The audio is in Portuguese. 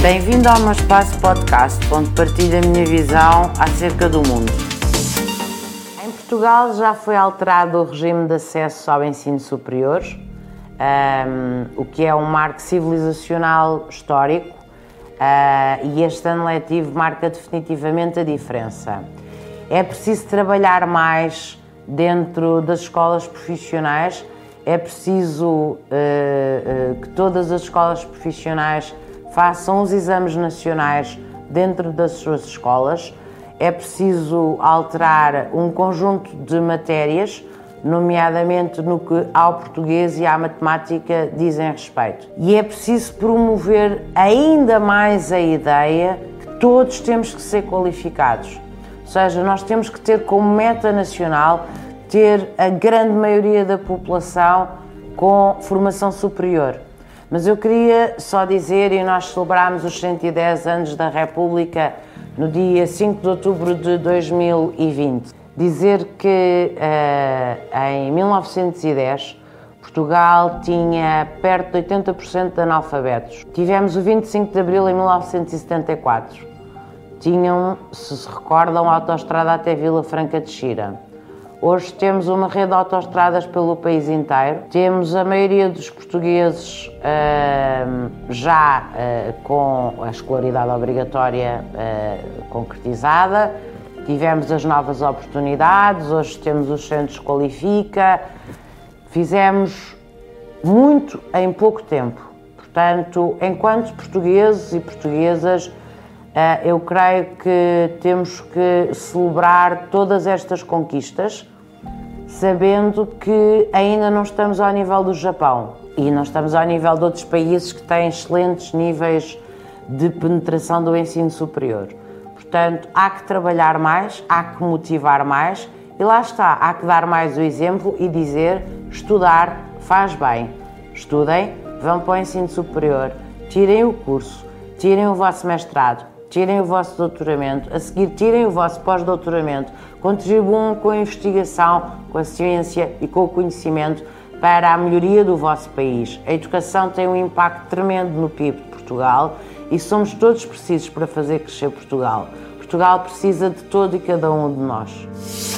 Bem-vindo ao meu espaço podcast, onde partilho a minha visão acerca do mundo. Em Portugal já foi alterado o regime de acesso ao ensino superior, o que é um marco civilizacional histórico, e este ano letivo marca definitivamente a diferença. É preciso trabalhar mais dentro das escolas profissionais, é preciso que todas as escolas profissionais façam os exames nacionais dentro das suas escolas, é preciso alterar um conjunto de matérias, nomeadamente no que ao português e à matemática dizem respeito. E é preciso promover ainda mais a ideia que todos temos que ser qualificados. Ou seja, nós temos que ter como meta nacional ter a grande maioria da população com formação superior. Mas eu queria só dizer, e nós celebramos os 110 anos da República no dia 5 de outubro de 2020, dizer que em 1910 Portugal tinha perto de 80% de analfabetos. Tivemos o 25 de abril em 1974. Tinham, se recordam, a autoestrada até Vila Franca de Xira. Hoje temos uma rede de autoestradas pelo país inteiro. Temos a maioria dos portugueses já com a escolaridade obrigatória concretizada. Tivemos as novas oportunidades, hoje temos os centros Qualifica. Fizemos muito em pouco tempo. Portanto, enquanto portugueses e portuguesas, eu creio que temos que celebrar todas estas conquistas, sabendo que ainda não estamos ao nível do Japão e não estamos ao nível de outros países que têm excelentes níveis de penetração do ensino superior. Portanto, há que trabalhar mais, há que motivar mais e lá está, há que dar mais o exemplo e dizer: estudar faz bem. Estudem, vão para o ensino superior, tirem o curso, tirem o vosso mestrado, tirem o vosso doutoramento, a seguir tirem o vosso pós-doutoramento, contribuam com a investigação, com a ciência e com o conhecimento para a melhoria do vosso país. A educação tem um impacto tremendo no PIB de Portugal e somos todos precisos para fazer crescer Portugal. Portugal precisa de todo e cada um de nós.